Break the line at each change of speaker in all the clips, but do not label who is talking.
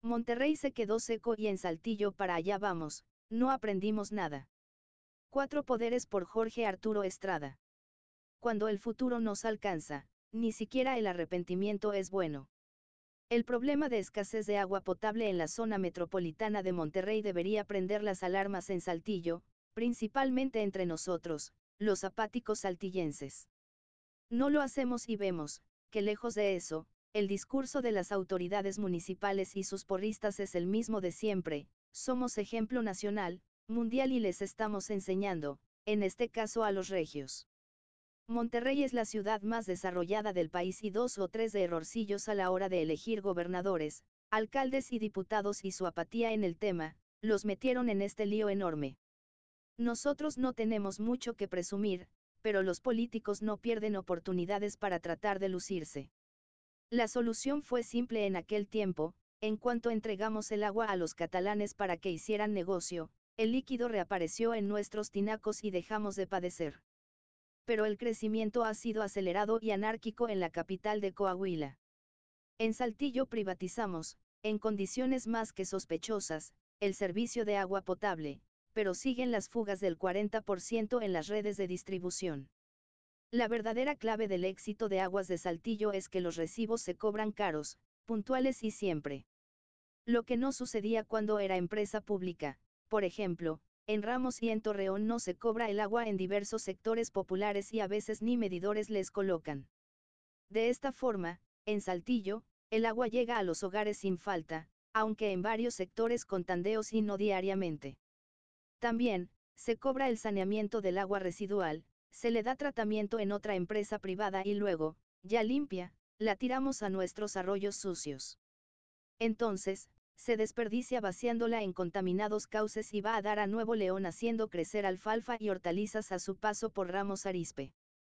Monterrey se quedó seco y en Saltillo para allá vamos, no aprendimos nada. 4 poderes por Jorge Arturo Estrada. Cuando el futuro nos alcanza, ni siquiera el arrepentimiento es bueno. El problema de escasez de agua potable en la zona metropolitana de Monterrey debería prender las alarmas en Saltillo, principalmente entre nosotros, los apáticos saltillenses. No lo hacemos y vemos, que lejos de eso, el discurso de las autoridades municipales y sus porristas es el mismo de siempre: somos ejemplo nacional, mundial y les estamos enseñando, en este caso a los regios. Monterrey es la ciudad más desarrollada del país y 2 o 3 de errorcillos a la hora de elegir gobernadores, alcaldes y diputados y su apatía en el tema, los metieron en este lío enorme. Nosotros no tenemos mucho que presumir, pero los políticos no pierden oportunidades para tratar de lucirse. La solución fue simple en aquel tiempo: en cuanto entregamos el agua a los catalanes para que hicieran negocio, el líquido reapareció en nuestros tinacos y dejamos de padecer. Pero el crecimiento ha sido acelerado y anárquico en la capital de Coahuila. En Saltillo privatizamos, en condiciones más que sospechosas, el servicio de agua potable, pero siguen las fugas del 40% en las redes de distribución. La verdadera clave del éxito de Aguas de Saltillo es que los recibos se cobran caros, puntuales y siempre. Lo que no sucedía cuando era empresa pública. Por ejemplo, en Ramos y en Torreón no se cobra el agua en diversos sectores populares y a veces ni medidores les colocan. De esta forma, en Saltillo, el agua llega a los hogares sin falta, aunque en varios sectores con tandeos y no diariamente. También, se cobra el saneamiento del agua residual, se le da tratamiento en otra empresa privada y luego, ya limpia, la tiramos a nuestros arroyos sucios. Entonces, se desperdicia vaciándola en contaminados cauces y va a dar a Nuevo León haciendo crecer alfalfa y hortalizas a su paso por Ramos Arizpe.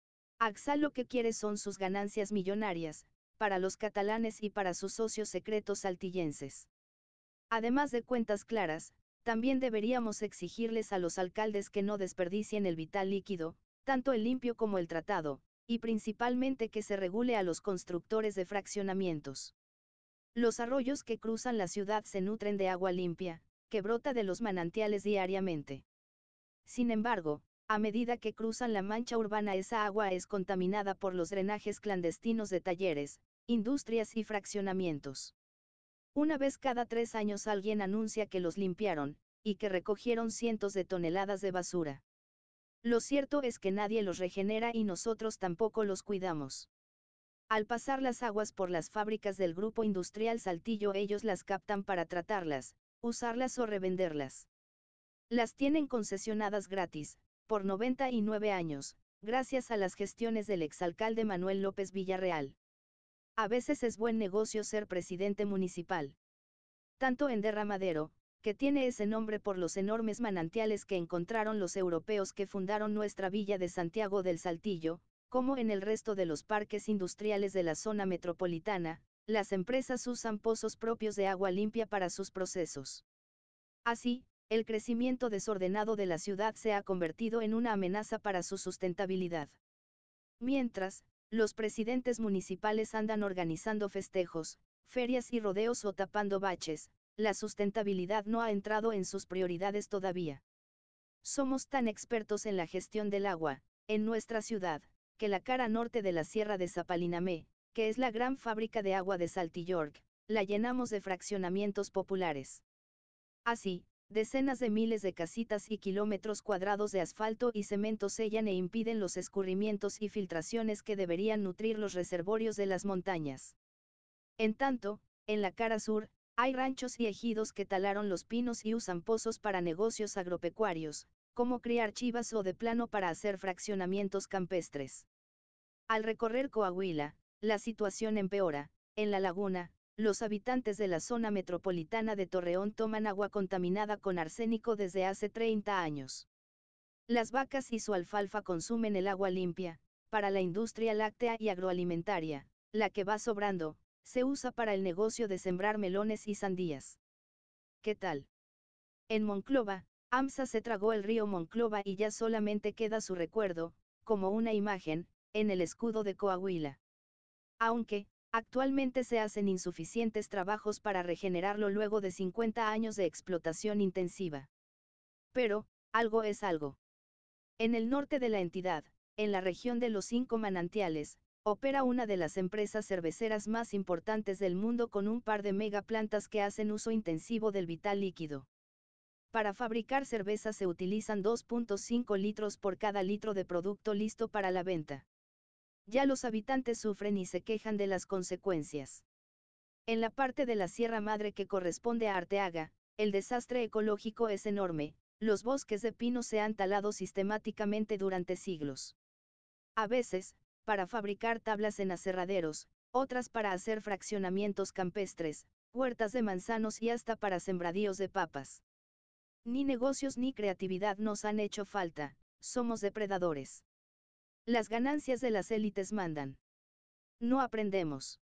Axal lo que quiere son sus ganancias millonarias, para los catalanes y para sus socios secretos saltillenses. Además de cuentas claras, también deberíamos exigirles a los alcaldes que no desperdicien el vital líquido, tanto el limpio como el tratado, y principalmente que se regule a los constructores de fraccionamientos. Los arroyos que cruzan la ciudad se nutren de agua limpia, que brota de los manantiales diariamente. Sin embargo, a medida que cruzan la mancha urbana, esa agua es contaminada por los drenajes clandestinos de talleres, industrias y fraccionamientos. Una vez cada 3 años alguien anuncia que los limpiaron, y que recogieron cientos de toneladas de basura. Lo cierto es que nadie los regenera y nosotros tampoco los cuidamos. Al pasar las aguas por las fábricas del Grupo Industrial Saltillo, ellos las captan para tratarlas, usarlas o revenderlas. Las tienen concesionadas gratis, por 99 años, gracias a las gestiones del exalcalde Manuel López Villarreal. A veces es buen negocio ser presidente municipal. Tanto en Derramadero, que tiene ese nombre por los enormes manantiales que encontraron los europeos que fundaron nuestra villa de Santiago del Saltillo, como en el resto de los parques industriales de la zona metropolitana, las empresas usan pozos propios de agua limpia para sus procesos. Así, el crecimiento desordenado de la ciudad se ha convertido en una amenaza para su sustentabilidad. Mientras, los presidentes municipales andan organizando festejos, ferias y rodeos o tapando baches, la sustentabilidad no ha entrado en sus prioridades todavía. Somos tan expertos en la gestión del agua, en nuestra ciudad, que la cara norte de la Sierra de Zapalinamé, que es la gran fábrica de agua de Saltillork, la llenamos de fraccionamientos populares. Así, decenas de miles de casitas y kilómetros cuadrados de asfalto y cemento sellan e impiden los escurrimientos y filtraciones que deberían nutrir los reservorios de las montañas. En tanto, en la cara sur, hay ranchos y ejidos que talaron los pinos y usan pozos para negocios agropecuarios, como criar chivas o de plano para hacer fraccionamientos campestres. Al recorrer Coahuila, la situación empeora. En la laguna, los habitantes de la zona metropolitana de Torreón toman agua contaminada con arsénico desde hace 30 años. Las vacas y su alfalfa consumen el agua limpia, para la industria láctea y agroalimentaria, la que va sobrando, se usa para el negocio de sembrar melones y sandías. ¿Qué tal? En Monclova, AMSA se tragó el río Monclova y ya solamente queda su recuerdo, como una imagen, en el escudo de Coahuila. Aunque, Actualmente se hacen insuficientes trabajos para regenerarlo luego de 50 años de explotación intensiva. Pero, algo es algo. En el norte de la entidad, en la región de los 5 manantiales, opera una de las empresas cerveceras más importantes del mundo con un par de megaplantas que hacen uso intensivo del vital líquido. Para fabricar cerveza se utilizan 2.5 litros por cada litro de producto listo para la venta. Ya los habitantes sufren y se quejan de las consecuencias. En la parte de la Sierra Madre que corresponde a Arteaga, el desastre ecológico es enorme, los bosques de pino se han talado sistemáticamente durante siglos. A veces, para fabricar tablas en aserraderos, otras para hacer fraccionamientos campestres, huertas de manzanos y hasta para sembradíos de papas. Ni negocios ni creatividad nos han hecho falta, somos depredadores. Las ganancias de las élites mandan. No aprendemos.